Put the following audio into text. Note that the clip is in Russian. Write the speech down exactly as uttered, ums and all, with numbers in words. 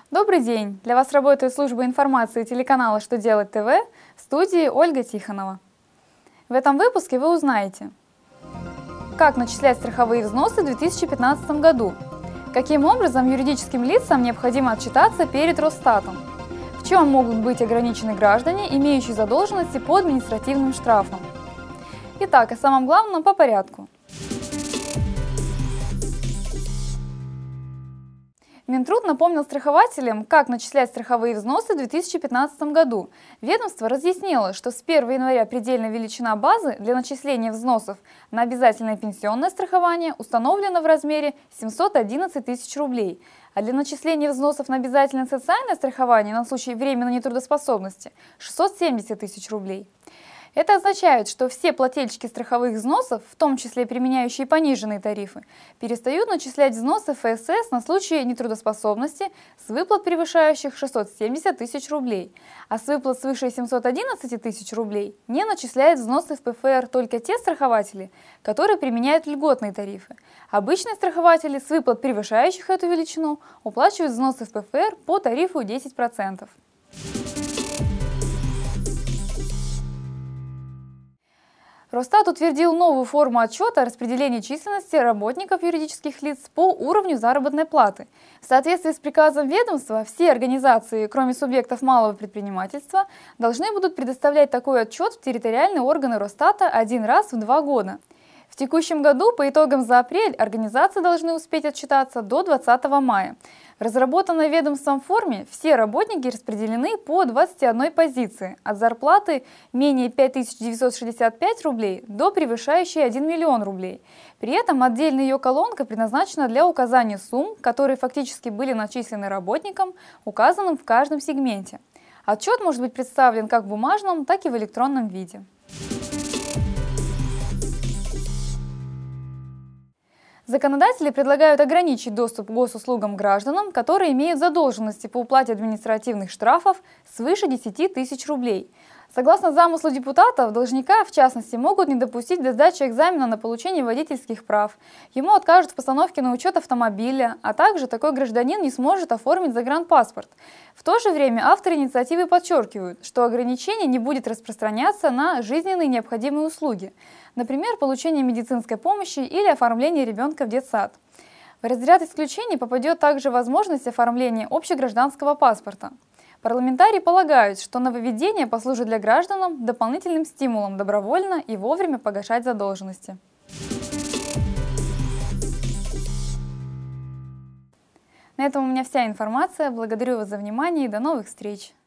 Добрый день! Для вас работает служба информации телеканала «Что делать ТВ», в студии Ольга Тихонова. В этом выпуске вы узнаете, как начислять страховые взносы в две тысячи пятнадцатом году, каким образом юридическим лицам необходимо отчитаться перед Росстатом, в чем могут быть ограничены граждане, имеющие задолженности по административным штрафам. Итак, о самом главном по порядку. Минтруд напомнил страхователям, как начислять страховые взносы в две тысячи пятнадцатом году. Ведомство разъяснило, что с первого января предельная величина базы для начисления взносов на обязательное пенсионное страхование установлена в размере семьсот одиннадцать тысяч рублей, а для начисления взносов на обязательное социальное страхование на случай временной нетрудоспособности – шестьсот семьдесят тысяч рублей. Это означает, что все плательщики страховых взносов, в том числе применяющие пониженные тарифы, перестают начислять взносы эф эс эс на случай нетрудоспособности с выплат, превышающих шестьсот семьдесят тысяч рублей, а с выплат свыше семисот одиннадцати тысяч рублей не начисляют взносы в пэ эф эр только те страхователи, которые применяют льготные тарифы. Обычные страхователи с выплат, превышающих эту величину, уплачивают взносы в пэ эф эр по тарифу десять процентов. Росстат утвердил новую форму отчета о распределении численности работников юридических лиц по уровню заработной платы. В соответствии с приказом ведомства, все организации, кроме субъектов малого предпринимательства, должны будут предоставлять такой отчет в территориальные органы Росстата один раз в два года. В текущем году по итогам за апрель организации должны успеть отчитаться до двадцатого мая. В разработанной ведомством форме все работники распределены по двадцати одной позиции, от зарплаты менее пяти тысяч девятисот шестидесяти пяти рублей до превышающей один миллион рублей. При этом отдельная ее колонка предназначена для указания сумм, которые фактически были начислены работникам, указанным в каждом сегменте. Отчет может быть представлен как в бумажном, так и в электронном виде. Законодатели предлагают ограничить доступ к госуслугам гражданам, которые имеют задолженности по уплате административных штрафов свыше десяти тысяч рублей. Согласно замыслу депутатов, должника, в частности, могут не допустить до сдачи экзамена на получение водительских прав. Ему откажут в постановке на учет автомобиля, а также такой гражданин не сможет оформить загранпаспорт. В то же время авторы инициативы подчеркивают, что ограничение не будет распространяться на жизненно необходимые услуги, например, получение медицинской помощи или оформление ребенка в детсад. В разряд исключений попадет также возможность оформления общегражданского паспорта. Парламентарии полагают, что нововведение послужит для граждан дополнительным стимулом добровольно и вовремя погашать задолженности. На этом у меня вся информация. Благодарю вас за внимание и до новых встреч!